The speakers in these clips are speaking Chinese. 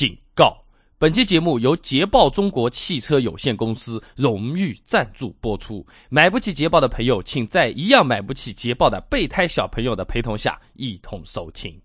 警告，本期节目由捷豹中国汽车有限公司荣誉赞助播出。买不起捷豹的朋友，请在一样买不起捷豹的备胎小朋友的陪同下一同收听。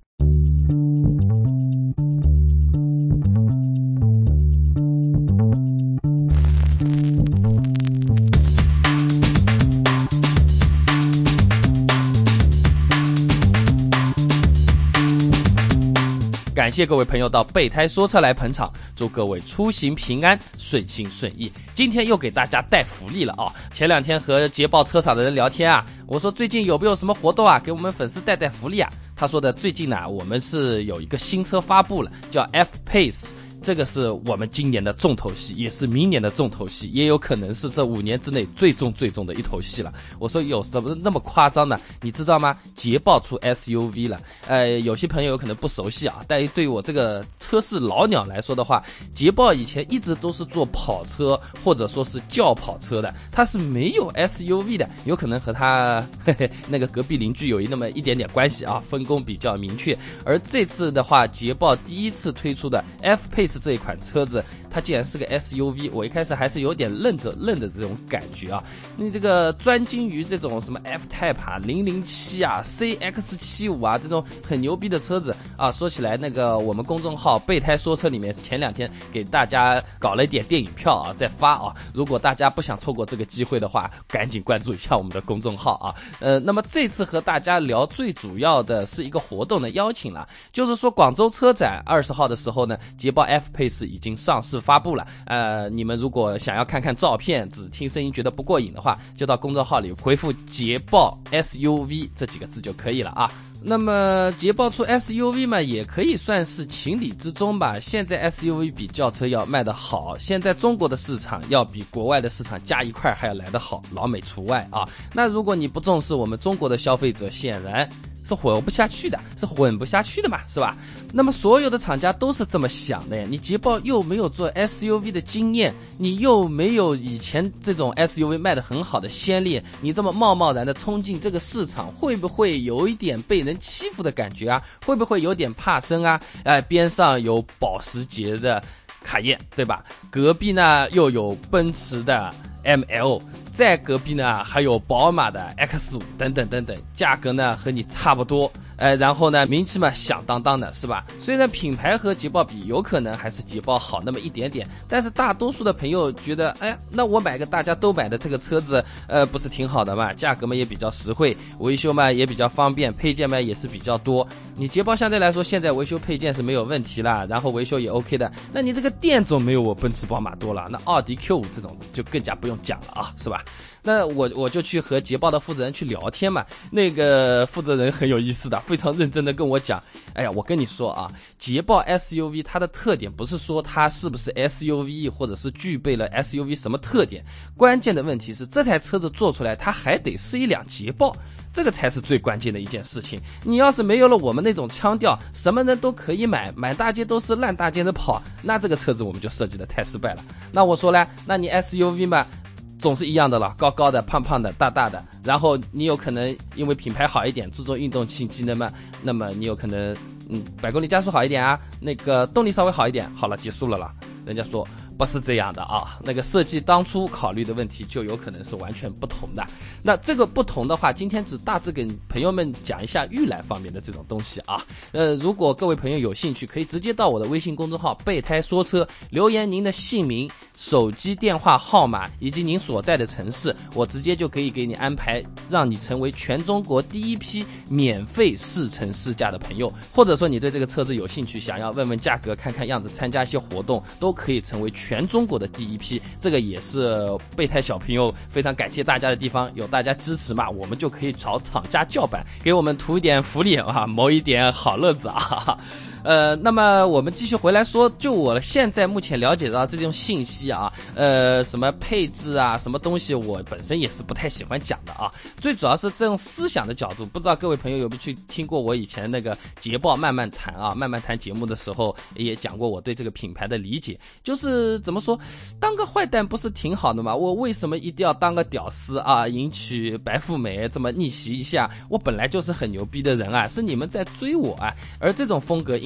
感谢各位朋友到备胎说车来捧场，祝各位出行平安，顺心顺意。今天又给大家带福利了啊！前两天和捷豹车厂的人聊天啊，我说最近有没有什么活动啊，给我们粉丝带福利啊？他说的最近呢，我们是有一个新车发布了，叫 F-Pace。这个是我们今年的重头戏，也是明年的重头戏，也有可能是这5年之内最重的一头戏了。我说有什么那么夸张呢？你知道吗？捷豹出 SUV 了。有些朋友有可能不熟悉啊，但对我这个车市老鸟来说的话，捷豹以前一直都是做跑车或者说是轿跑车的，它是没有 SUV 的，有可能和它那个隔壁邻居有那么一点点关系啊，分工比较明确。而这次的话，捷豹第一次推出的 F-Pace这一款车子，它既然是个 SUV， 我一开始还是有点愣的这种感觉啊。你这个专精于这种什么 F-Type 啊、007啊、CX75 啊这种很牛逼的车子啊，说起来那个我们公众号备胎说车里面前2天给大家搞了一点电影票啊，在发啊。如果大家不想错过这个机会的话，赶紧关注一下我们的公众号啊。那么这次和大家聊最主要的是一个活动的邀请了，就是说广州车展20号的时候呢，捷豹 F-Pace 已经上市发布了。你们如果想要看看照片，只听声音觉得不过瘾的话，就到公众号里回复捷豹 SUV 这几个字就可以了啊。那么捷豹出 SUV 嘛，也可以算是情理之中吧。现在 SUV 比轿车要卖得好，现在中国的市场要比国外的市场加一块还要来得好，老美除外啊。那如果你不重视我们中国的消费者，显然是混不下去的嘛，是吧？那么所有的厂家都是这么想的呀。你捷豹又没有做 SUV 的经验，你又没有以前这种 SUV 卖得很好的先例，你这么贸然的冲进这个市场，会不会有一点被人欺负的感觉啊？会不会有点怕生啊？边上有保时捷的卡宴，对吧？隔壁呢又有奔驰的 ML， 在隔壁呢还有宝马的 X5 等等，价格呢和你差不多，然后呢名气嘛响当当的，是吧？虽然品牌和捷豹比有可能还是捷豹好那么一点点，但是大多数的朋友觉得，那我买个大家都买的这个车子，不是挺好的嘛？价格嘛也比较实惠，维修嘛也比较方便，配件嘛也是比较多。你捷豹相对来说现在维修配件是没有问题啦，然后维修也 OK 的，那你这个店总没有我奔驰宝马多了，那奥迪 Q5 这种就更加不用讲了啊，是吧？那我就去和捷豹的负责人去聊天嘛，那个负责人很有意思的，非常认真的跟我讲，我跟你说啊，捷豹 SUV 它的特点不是说它是不是 SUV 或者是具备了 SUV 什么特点，关键的问题是这台车子做出来它还得是一辆捷豹，这个才是最关键的一件事情。你要是没有了我们那种腔调，什么人都可以买，满大街都是烂大街的跑，那这个车子我们就设计的太失败了。那我说呢，那你 SUV 嘛总是一样的了，高高的、胖胖的、大大的，然后你有可能因为品牌好一点，注重运动性机能嘛，那么你有可能百公里加速好一点啊，那个动力稍微好一点，好了，结束了啦。人家说不是这样的啊，那个设计当初考虑的问题就有可能是完全不同的。那这个不同的话，今天只大致跟朋友们讲一下预览方面的这种东西啊。如果各位朋友有兴趣，可以直接到我的微信公众号备胎说车留言您的姓名、手机电话号码以及您所在的城市，我直接就可以给你安排，让你成为全中国第一批免费试乘试驾的朋友。或者说你对这个车子有兴趣，想要问问价格、看看样子、参加一些活动，都可以成为全中国的第一批。这个也是备胎小朋友非常感谢大家的地方，有大家支持嘛，我们就可以找厂家叫板，给我们图一点福利啊，谋一点好乐子啊。那么我们继续回来说，就我现在目前了解到这种信息啊，什么配置啊，什么东西，我本身也是不太喜欢讲的啊。最主要是这种思想的角度，不知道各位朋友有没有去听过我以前那个捷豹慢慢谈啊，慢慢谈节目的时候也讲过我对这个品牌的理解，就是怎么说，当个坏蛋不是挺好的吗？我为什么一定要当个屌丝啊，迎娶白富美，这么逆袭一下？我本来就是很牛逼的人啊，是你们在追我啊。而这种风格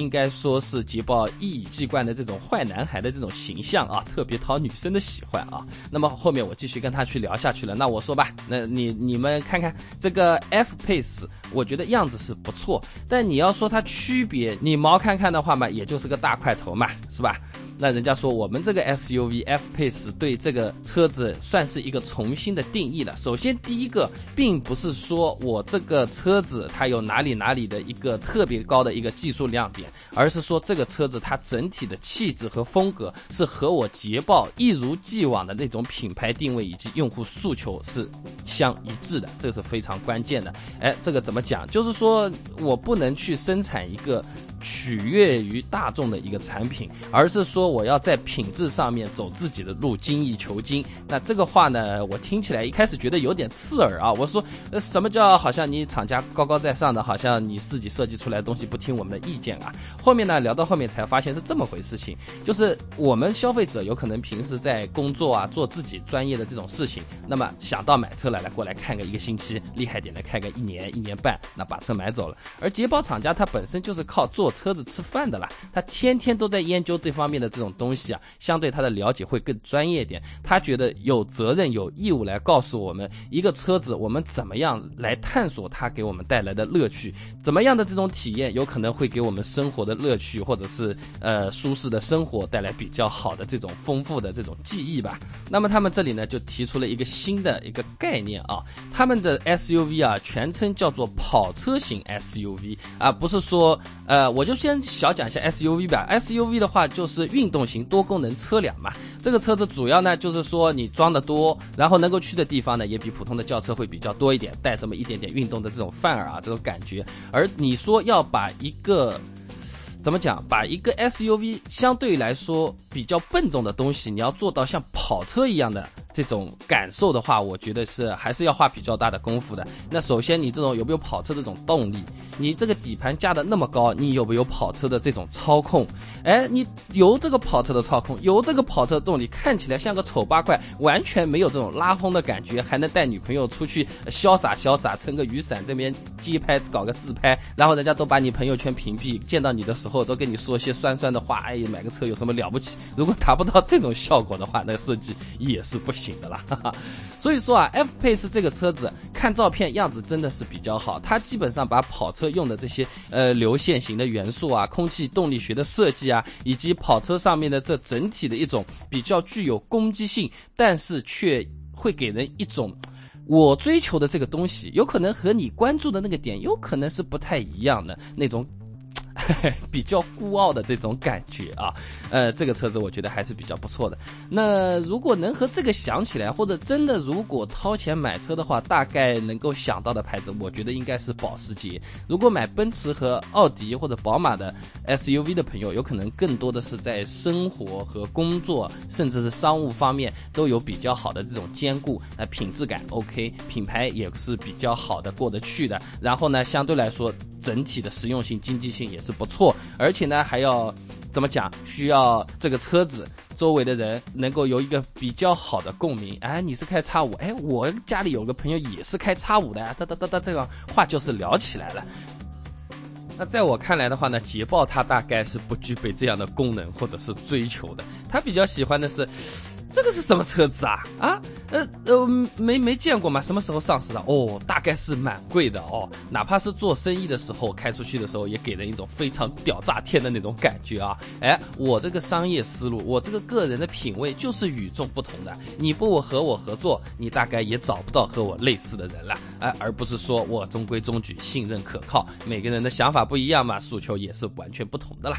应该说是捷豹一以既贯的这种坏男孩的这种形象啊，特别讨女生的喜欢啊。那么后面我继续跟他去聊下去了，那我说吧，那你们看看这个 F-Pace， 我觉得样子是不错，但你要说它区别，你毛看看的话嘛，也就是个大块头嘛，是吧？那人家说我们这个 SUV F-Pace 对这个车子算是一个重新的定义了。首先第一个，并不是说我这个车子它有哪里的一个特别高的一个技术亮点，而是说这个车子它整体的气质和风格是和我捷豹一如既往的那种品牌定位以及用户诉求是相一致的，这个是非常关键的。这个怎么讲？就是说我不能去生产一个取悦于大众的一个产品，而是说我要在品质上面走自己的路，精益求精。那这个话呢，我听起来一开始觉得有点刺耳啊。我说什么叫好像你厂家高高在上的，好像你自己设计出来的东西不听我们的意见啊。后面呢，聊到后面才发现是这么回事情，就是我们消费者有可能平时在工作啊，做自己专业的这种事情，那么想到买车来过来看个1个星期，厉害点的开个1年1年半，那把车买走了。而捷豹厂家它本身就是靠做车子吃饭的啦，他天天都在研究这方面的这种东西啊，相对他的了解会更专业一点。他觉得有责任有义务来告诉我们一个车子我们怎么样来探索它给我们带来的乐趣，怎么样的这种体验有可能会给我们生活的乐趣或者是舒适的生活带来比较好的这种丰富的这种记忆吧。那么他们这里呢就提出了一个新的一个概念啊，他们的 SUV 啊全称叫做跑车型 SUV 啊，不是说我就先小讲一下 SUV 吧。 SUV 的话就是运动型多功能车辆嘛，这个车子主要呢就是说你装的多，然后能够去的地方呢也比普通的轿车会比较多一点，带这么一点点运动的这种范儿啊，这种感觉。而你说要把一个怎么讲，把一个 SUV 相对来说比较笨重的东西，你要做到像跑车一样的这种感受的话，我觉得是还是要花比较大的功夫的。那首先你这种有没有跑车这种动力，你这个底盘加的那么高，你有没有跑车的这种操控，你有这个跑车的操控，有这个跑车的动力，看起来像个丑八怪，完全没有这种拉风的感觉，还能带女朋友出去潇洒潇洒，撑个雨伞这边街拍搞个自拍，然后人家都把你朋友圈屏蔽，见到你的时候都跟你说些酸酸的话，买个车有什么了不起。如果达不到这种效果的话，那个设计也是不行的啦。所以说啊 F-Pace 这个车子看照片样子真的是比较好，它基本上把跑车用的这些流线型的元素啊，空气动力学的设计啊，以及跑车上面的这整体的一种比较具有攻击性，但是却会给人一种我追求的这个东西有可能和你关注的那个点有可能是不太一样的那种比较孤傲的这种感觉啊，这个车子我觉得还是比较不错的。那如果能和这个想起来，或者真的如果掏钱买车的话，大概能够想到的牌子，我觉得应该是保时捷。如果买奔驰和奥迪或者宝马的 SUV 的朋友，有可能更多的是在生活和工作，甚至是商务方面都有比较好的这种兼顾，品质感 OK， 品牌也是比较好的过得去的。然后呢，相对来说整体的实用性、经济性也是不错，而且呢还要怎么讲，需要这个车子周围的人能够有一个比较好的共鸣。你是开 X5， 我家里有个朋友也是开 X5 的，这个话就是聊起来了。那在我看来的话呢，捷豹它大概是不具备这样的功能或者是追求的，它比较喜欢的是这个是什么车子啊？没见过吗？什么时候上市的？大概是蛮贵的哦。哪怕是做生意的时候开出去的时候，也给人一种非常屌炸天的那种感觉啊！我这个商业思路，我这个个人的品味就是与众不同的。你不和我合作，你大概也找不到和我类似的人了，而不是说我中规中矩、信任可靠。每个人的想法不一样嘛，诉求也是完全不同的啦。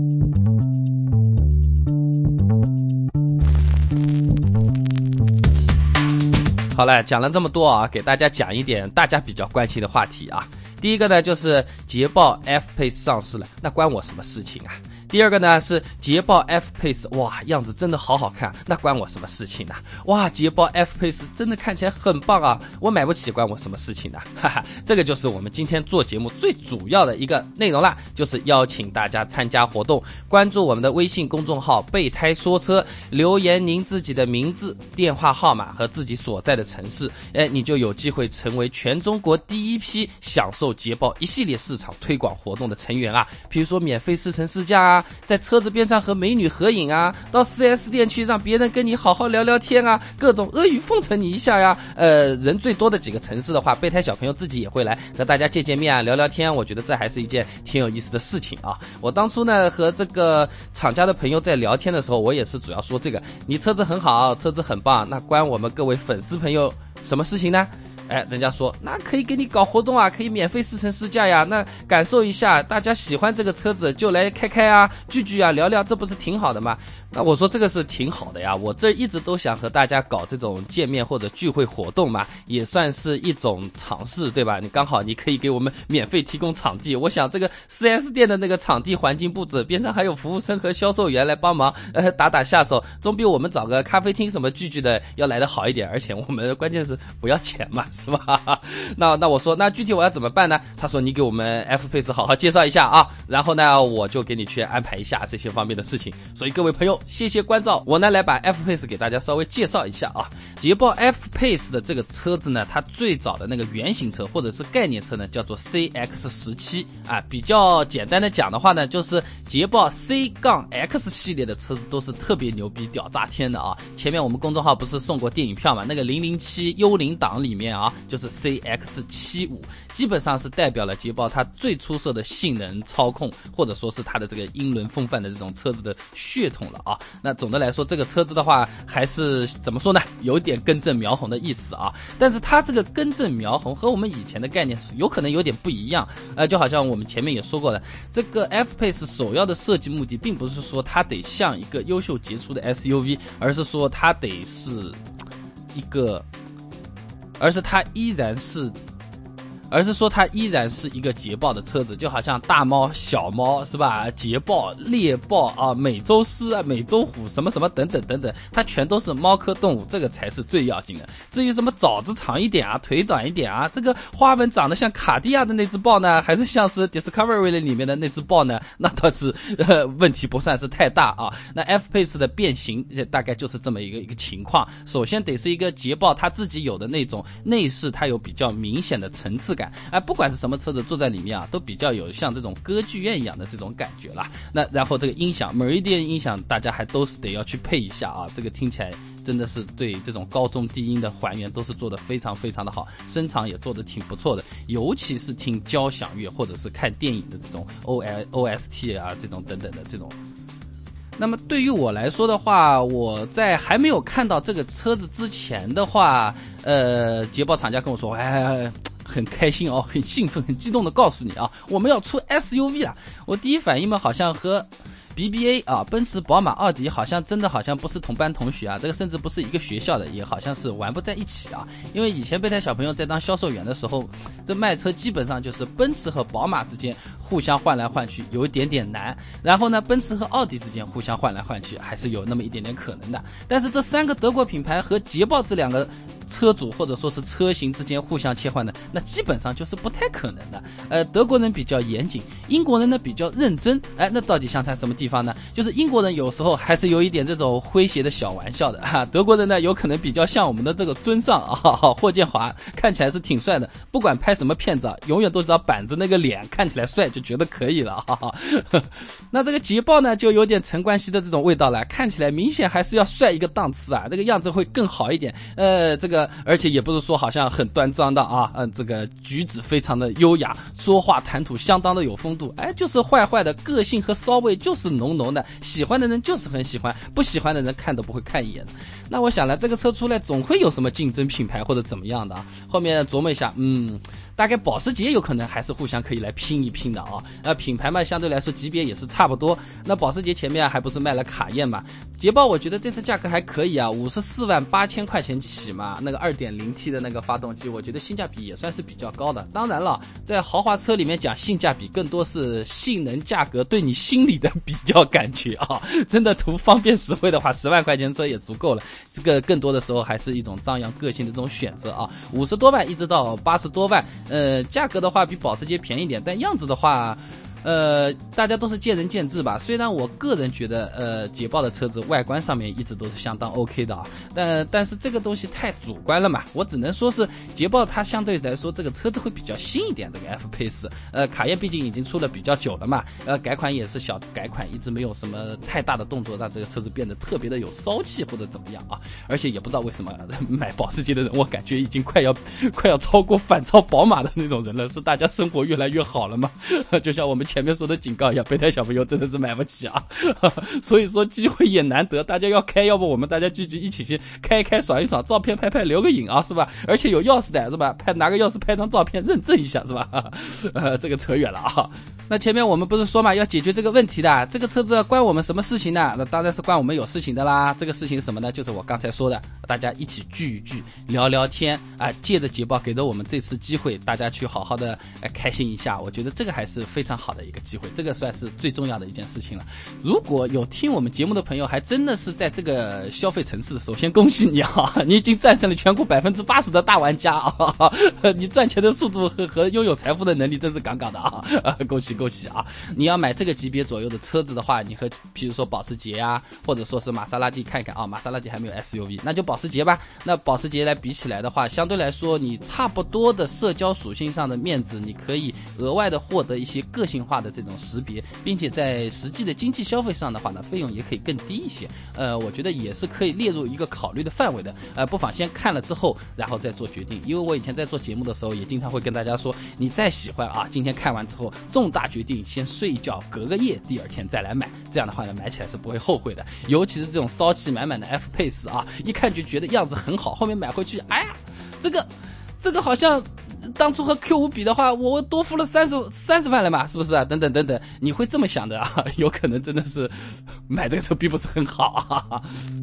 好了，讲了这么多啊，给大家讲一点大家比较关心的话题啊。第一个呢，就是捷豹 F-Pace 上市了，那关我什么事情啊？ 第二个呢是捷豹 F-Pace， 哇，样子真的好好看，那关我什么事情呢？哇，捷豹 F-Pace 真的看起来很棒啊，我买不起关我什么事情呢？哈哈，这个就是我们今天做节目最主要的一个内容啦，就是邀请大家参加活动，关注我们的微信公众号备胎说车，留言您自己的名字、电话号码和自己所在的城市，你就有机会成为全中国第一批享受捷豹一系列市场推广活动的成员啊，比如说免费试乘试驾啊，在车子边上和美女合影啊，到 4S 店去让别人跟你好好聊聊天啊，各种阿谀奉承你一下呀。人最多的几个城市的话，备胎小朋友自己也会来和大家见见面啊，聊聊天，我觉得这还是一件挺有意思的事情啊。我当初呢和这个厂家的朋友在聊天的时候，我也是主要说这个，你车子很好，车子很棒，那关我们各位粉丝朋友什么事情呢？人家说那可以给你搞活动啊，可以免费试乘试驾呀，那感受一下，大家喜欢这个车子就来开开啊，聚聚啊，聊聊，这不是挺好的吗？那我说这个是挺好的呀，我这一直都想和大家搞这种见面或者聚会活动嘛，也算是一种尝试，对吧？你刚好你可以给我们免费提供场地，我想这个 4S 店的那个场地环境布置，边上还有服务生和销售员来帮忙，打下手，总比我们找个咖啡厅什么聚聚的要来得好一点，而且我们关键是不要钱嘛，是吧？那我说那具体我要怎么办呢？他说你给我们 F-Pace 好好介绍一下啊，然后呢我就给你去安排一下这些方面的事情。所以各位朋友谢谢关照，我呢来把 F-Pace 给大家稍微介绍一下啊。捷豹 F-Pace 的这个车子呢，它最早的那个原型车或者是概念车呢叫做 CX-17 啊，比较简单的讲的话呢，就是捷豹 C-X 系列的车子都是特别牛逼屌炸天的啊。前面我们公众号不是送过电影票嘛，那个007幽灵党里面啊，就是 CX-75， 基本上是代表了捷豹它最出色的性能操控，或者说是它的这个英伦风范的这种车子的血统了啊。那总的来说这个车子的话还是怎么说呢，有点根正苗红的意思啊，但是它这个根正苗红和我们以前的概念有可能有点不一样，就好像我们前面也说过的，这个 F-Pace 首要的设计目的并不是说它得像一个优秀杰出的 SUV， 而是说它得是一个而是说它依然是一个捷豹的车子，就好像大猫小猫是吧，捷豹猎豹啊，美洲狮啊，美洲虎什么什么等等等等，它全都是猫科动物，这个才是最要紧的。至于什么爪子长一点啊，腿短一点啊，这个花纹长得像卡地亚的那只豹呢，还是像是 Discovery 里面的那只豹呢，那倒是问题不算是太大啊。那 F-Pace 的变形大概就是这么一个情况，首先得是一个捷豹它自己有的那种内饰，它有比较明显的层次感，不管是什么车子坐在里面啊，都比较有像这种歌剧院一样的这种感觉啦。那然后这个音响 Meridian 音响大家还都是得要去配一下啊，这个听起来真的是对这种高中低音的还原都是做得非常非常的好，声场也做得挺不错的，尤其是听交响乐或者是看电影的这种 OST 啊，这种等等的这种。那么对于我来说的话，我在还没有看到这个车子之前的话，捷豹厂家跟我说，很开心哦，很兴奋很激动的告诉你啊，我们要出 SUV 了。我第一反应嘛，好像和BBA 啊，奔驰、宝马、奥迪好像不是同班同学啊，这个甚至不是一个学校的，也好像是玩不在一起啊。因为以前备胎小朋友在当销售员的时候，这卖车基本上就是奔驰和宝马之间互相换来换去，有一点点难。然后呢，奔驰和奥迪之间互相换来换去，还是有那么一点点可能的。但是这三个德国品牌和捷豹这两个车主或者说是车型之间互相切换的，那基本上就是不太可能的。德国人比较严谨，英国人呢比较认真。那到底相差什么地方呢？就是英国人有时候还是有一点这种诙谐的小玩笑的哈，德国人呢有可能比较像我们的这个尊上啊，霍建华看起来是挺帅的，不管拍什么片子啊，永远都只要板着那个脸看起来帅就觉得可以了哈。那这个捷豹呢就有点陈冠希的这种味道了，看起来明显还是要帅一个档次啊，这个样子会更好一点。这个而且也不是说好像很端庄的啊，这个举止非常的优雅，说话谈吐相当的有风度，就是坏坏的个性和骚味就是浓浓的，喜欢的人就是很喜欢，不喜欢的人看都不会看一眼的。那我想了，这个车出来总会有什么竞争品牌或者怎么样的啊。后面琢磨一下， 大概保时捷有可能还是互相可以来拼一拼的啊。品牌嘛，相对来说级别也是差不多。那保时捷前面还不是卖了卡宴嘛？捷豹我觉得这次价格还可以啊，548000块钱起嘛。那个 2.0T 的那个发动机，我觉得性价比也算是比较高的。当然了，在豪华车里面讲性价比，更多是性能价格对你心里的比较感觉啊。真的图方便实惠的话，10万块钱车也足够了。这个更多的时候还是一种张扬个性的这种选择啊。50多万一直到80多万，价格的话比保时捷便宜点，但样子的话。大家都是见仁见智吧。虽然我个人觉得，捷豹的车子外观上面一直都是相当 OK 的啊，但是这个东西太主观了嘛。我只能说是捷豹它相对来说这个车子会比较新一点，这个 F Pace，卡宴毕竟已经出了比较久了嘛，改款也是小改款，一直没有什么太大的动作让这个车子变得特别的有骚气或者怎么样啊。而且也不知道为什么买保时捷的人，我感觉已经快要超过反超宝马的那种人了。是大家生活越来越好了吗？就像我们前面说的警告一样，备胎小朋友真的是买不起啊。所以说机会也难得，大家要开，要不我们大家一起去开一开爽一爽，照片拍留个影啊，是吧？而且有钥匙的是吧？拿个钥匙拍张照片认证一下是吧？这个扯远了啊。那前面我们不是说嘛，要解决这个问题的，这个车子关我们什么事情呢？那当然是关我们有事情的啦。这个事情是什么呢？就是我刚才说的，大家一起聚一聚，聊聊天啊，借着捷豹给了我们这次机会，大家去好好的开心一下。我觉得这个还是非常好的一个机会，这个算是最重要的一件事情了。如果有听我们节目的朋友，还真的是在这个消费城市，首先恭喜你啊，你已经战胜了全国80%的大玩家啊！你赚钱的速度和拥有财富的能力真是杠杠的啊！恭喜啊！你要买这个级别左右的车子的话，你和比如说保时捷啊，或者说是玛莎拉蒂看看啊，玛莎拉蒂还没有 SUV， 那就保时捷吧。那保时捷来比起来的话，相对来说你差不多的社交属性上的面子，你可以额外的获得一些个性化的这种识别，并且在实际的经济消费上的话呢，费用也可以更低一些。我觉得也是可以列入一个考虑的范围的。不妨先看了之后，然后再做决定。因为我以前在做节目的时候，也经常会跟大家说，你再喜欢啊，今天看完之后，重大决定先睡一觉，隔个夜，第二天再来买。这样的话呢，买起来是不会后悔的。尤其是这种骚气满满的 F Pace 啊，一看就觉得样子很好，后面买回去，哎呀，这个好像当初和 Q5 比的话，我多付了30万了嘛，是不是啊？等等，你会这么想的啊？有可能真的是买这个车并不是很好啊。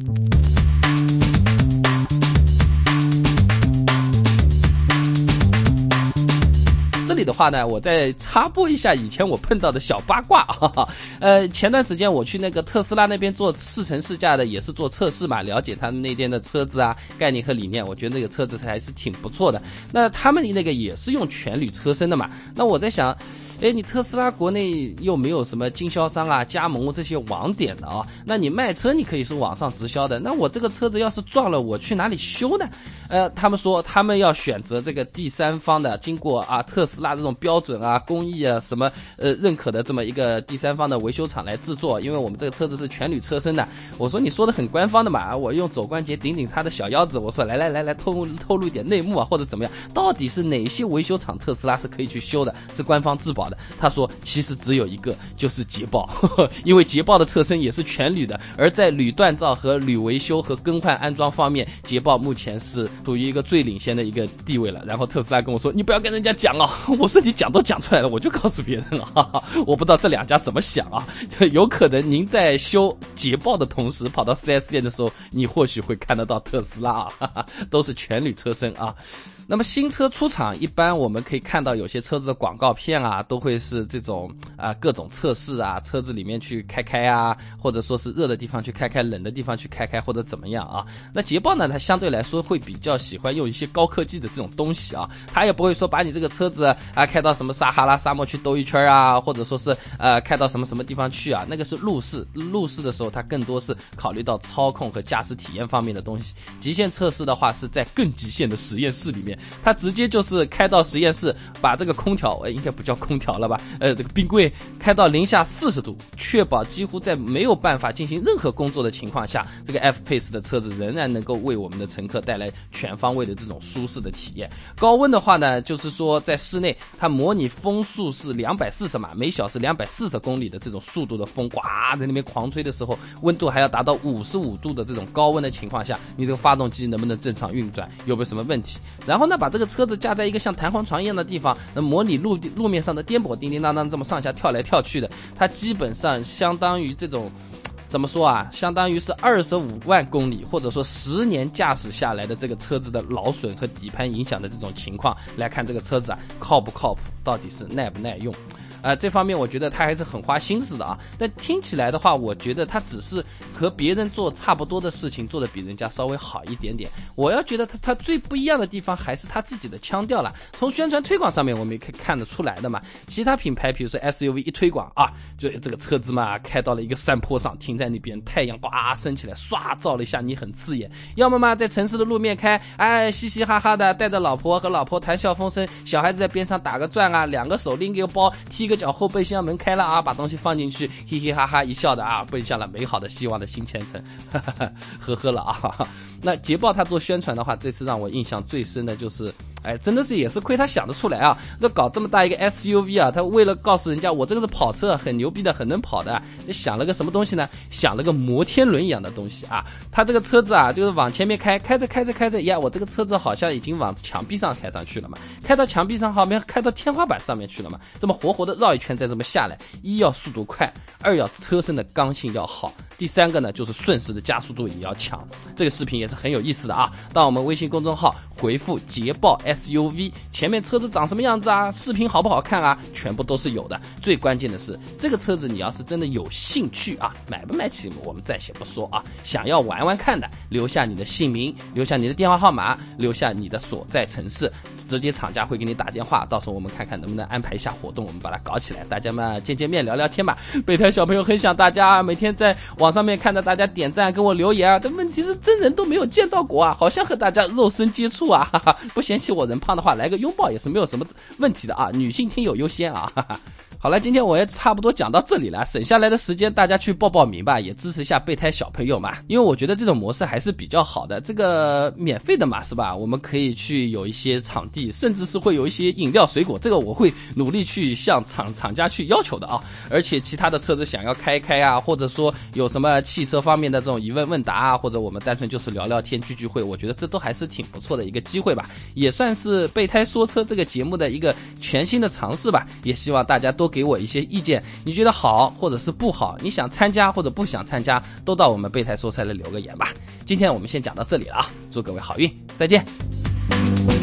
这里的话呢，我再插播一下以前我碰到的小八卦前段时间我去那个特斯拉那边做试乘试驾的，也是做测试嘛，了解他们那边的车子啊概念和理念，我觉得那个车子还是挺不错的。那他们那个也是用全铝车身的嘛，那我在想，你特斯拉国内又没有什么经销商啊、加盟这些网点的啊，那你卖车你可以是网上直销的，那我这个车子要是撞了，我去哪里修呢？他们说他们要选择这个第三方的，经过特斯拉这种标准啊、工艺啊什么认可的这么一个第三方的维修厂来制作，因为我们这个车子是全铝车身的。我说你说的很官方的嘛，我用肘关节顶他的小腰子，我说来透露一点内幕啊，或者怎么样，到底是哪些维修厂特斯拉是可以去修的，是官方质保的？他说其实只有一个，就是捷豹，因为捷豹的车身也是全铝的，而在铝锻造和铝维修和更换安装方面，捷豹目前是处于一个最领先的一个地位了。然后特斯拉跟我说，你不要跟人家讲啊，我说你讲都讲出来了，我就告诉别人了。我不知道这两家怎么想啊，有可能您在修捷豹的同时跑到 4S 店的时候，你或许会看得到特斯拉啊，都是全铝车身啊。那么新车出厂，一般我们可以看到有些车子的广告片啊，都会是这种各种测试啊，车子里面去开啊，或者说是热的地方去开，冷的地方去开，或者怎么样啊。那捷豹呢，它相对来说会比较喜欢用一些高科技的这种东西啊，它也不会说把你这个车子开到什么撒哈拉沙漠去兜一圈啊，或者说是开到什么地方去啊，那个是路试的时候，它更多是考虑到操控和驾驶体验方面的东西。极限测试的话是在更极限的实验室里面，它直接就是开到实验室，把这个空调应该不叫空调了吧，这个冰柜开到-40度，确保几乎在没有办法进行任何工作的情况下，这个 F Pace 的车子仍然能够为我们的乘客带来全方位的这种舒适的体验。高温的话呢，就是说在室内它模拟风速是240码，每小时240公里的这种速度的风，在那边狂吹的时候，温度还要达到55度的这种高温的情况下，你这个发动机能不能正常运转，有没有什么问题？然后后呢把这个车子架在一个像弹簧床一样的地方，能模拟路面上的颠簸，叮叮当当这么上下跳来跳去的，它基本上相当于这种怎么说啊，相当于是25万公里或者说10年驾驶下来的这个车子的劳损和底盘影响的这种情况来看，这个车子啊靠不靠谱，到底是耐不耐用。这方面我觉得他还是很花心思的啊。但听起来的话，我觉得他只是和别人做差不多的事情，做的比人家稍微好一点点。我要觉得他最不一样的地方还是他自己的腔调了。从宣传推广上面我们也可以看得出来的嘛。其他品牌比如说 SUV 一推广啊，就这个车子嘛开到了一个山坡上，停在那边，太阳呱升起来，唰照了一下你很刺眼。要么嘛在城市的路面开，嘻嘻哈哈的带着老婆和老婆谈笑风生，小孩子在边上打个转啊，两个手拎个包，踢个脚后备箱门开了啊，把东西放进去，嘻嘻哈哈一笑的啊，奔向了美好的希望的新前程，呵呵了啊。那捷豹他做宣传的话，这次让我印象最深的就是真的是也是亏他想得出来啊！这搞这么大一个 SUV 啊，他为了告诉人家我这个是跑车，很牛逼的，很能跑的，想了个什么东西呢？想了个摩天轮一样的东西啊！他这个车子啊，就是往前面开着呀，我这个车子好像已经往墙壁上开上去了嘛，开到墙壁上好像开到天花板上面去了嘛，这么活活的绕一圈再这么下来，一要速度快，二要车身的刚性要好，第三个呢就是瞬时的加速度也要强。这个视频也是很有意思的啊！到我们微信公众号回复捷豹 SUV， 前面车子长什么样子啊，视频好不好看啊，全部都是有的。最关键的是这个车子你要是真的有兴趣啊，买不买起我们暂且不说啊，想要玩玩看的，留下你的姓名，留下你的电话号码，留下你的所在城市，直接厂家会给你打电话，到时候我们看看能不能安排一下活动，我们把它搞起来，大家嘛见面聊聊天吧。备胎小朋友很想大家每天在网上面看到大家点赞跟我留言啊，但问题是真人都没有见到过啊，好像和大家肉身接触啊，哈哈，不嫌弃我人胖的话来个拥抱也是没有什么问题的啊，女性听友优先啊，哈哈。好了，今天我也差不多讲到这里了，省下来的时间大家去报名吧，也支持一下备胎小朋友嘛，因为我觉得这种模式还是比较好的，这个免费的嘛是吧，我们可以去有一些场地，甚至是会有一些饮料水果，这个我会努力去向厂家去要求的啊。而且其他的车子想要开啊，或者说有什么汽车方面的这种疑问问答啊，或者我们单纯就是聊聊天聚会，我觉得这都还是挺不错的一个机会吧，也算是备胎说车这个节目的一个全新的尝试吧，也希望大家多给我一些意见，你觉得好或者是不好，你想参加或者不想参加，都到我们备胎说车来留个言吧。今天我们先讲到这里了啊，祝各位好运，再见。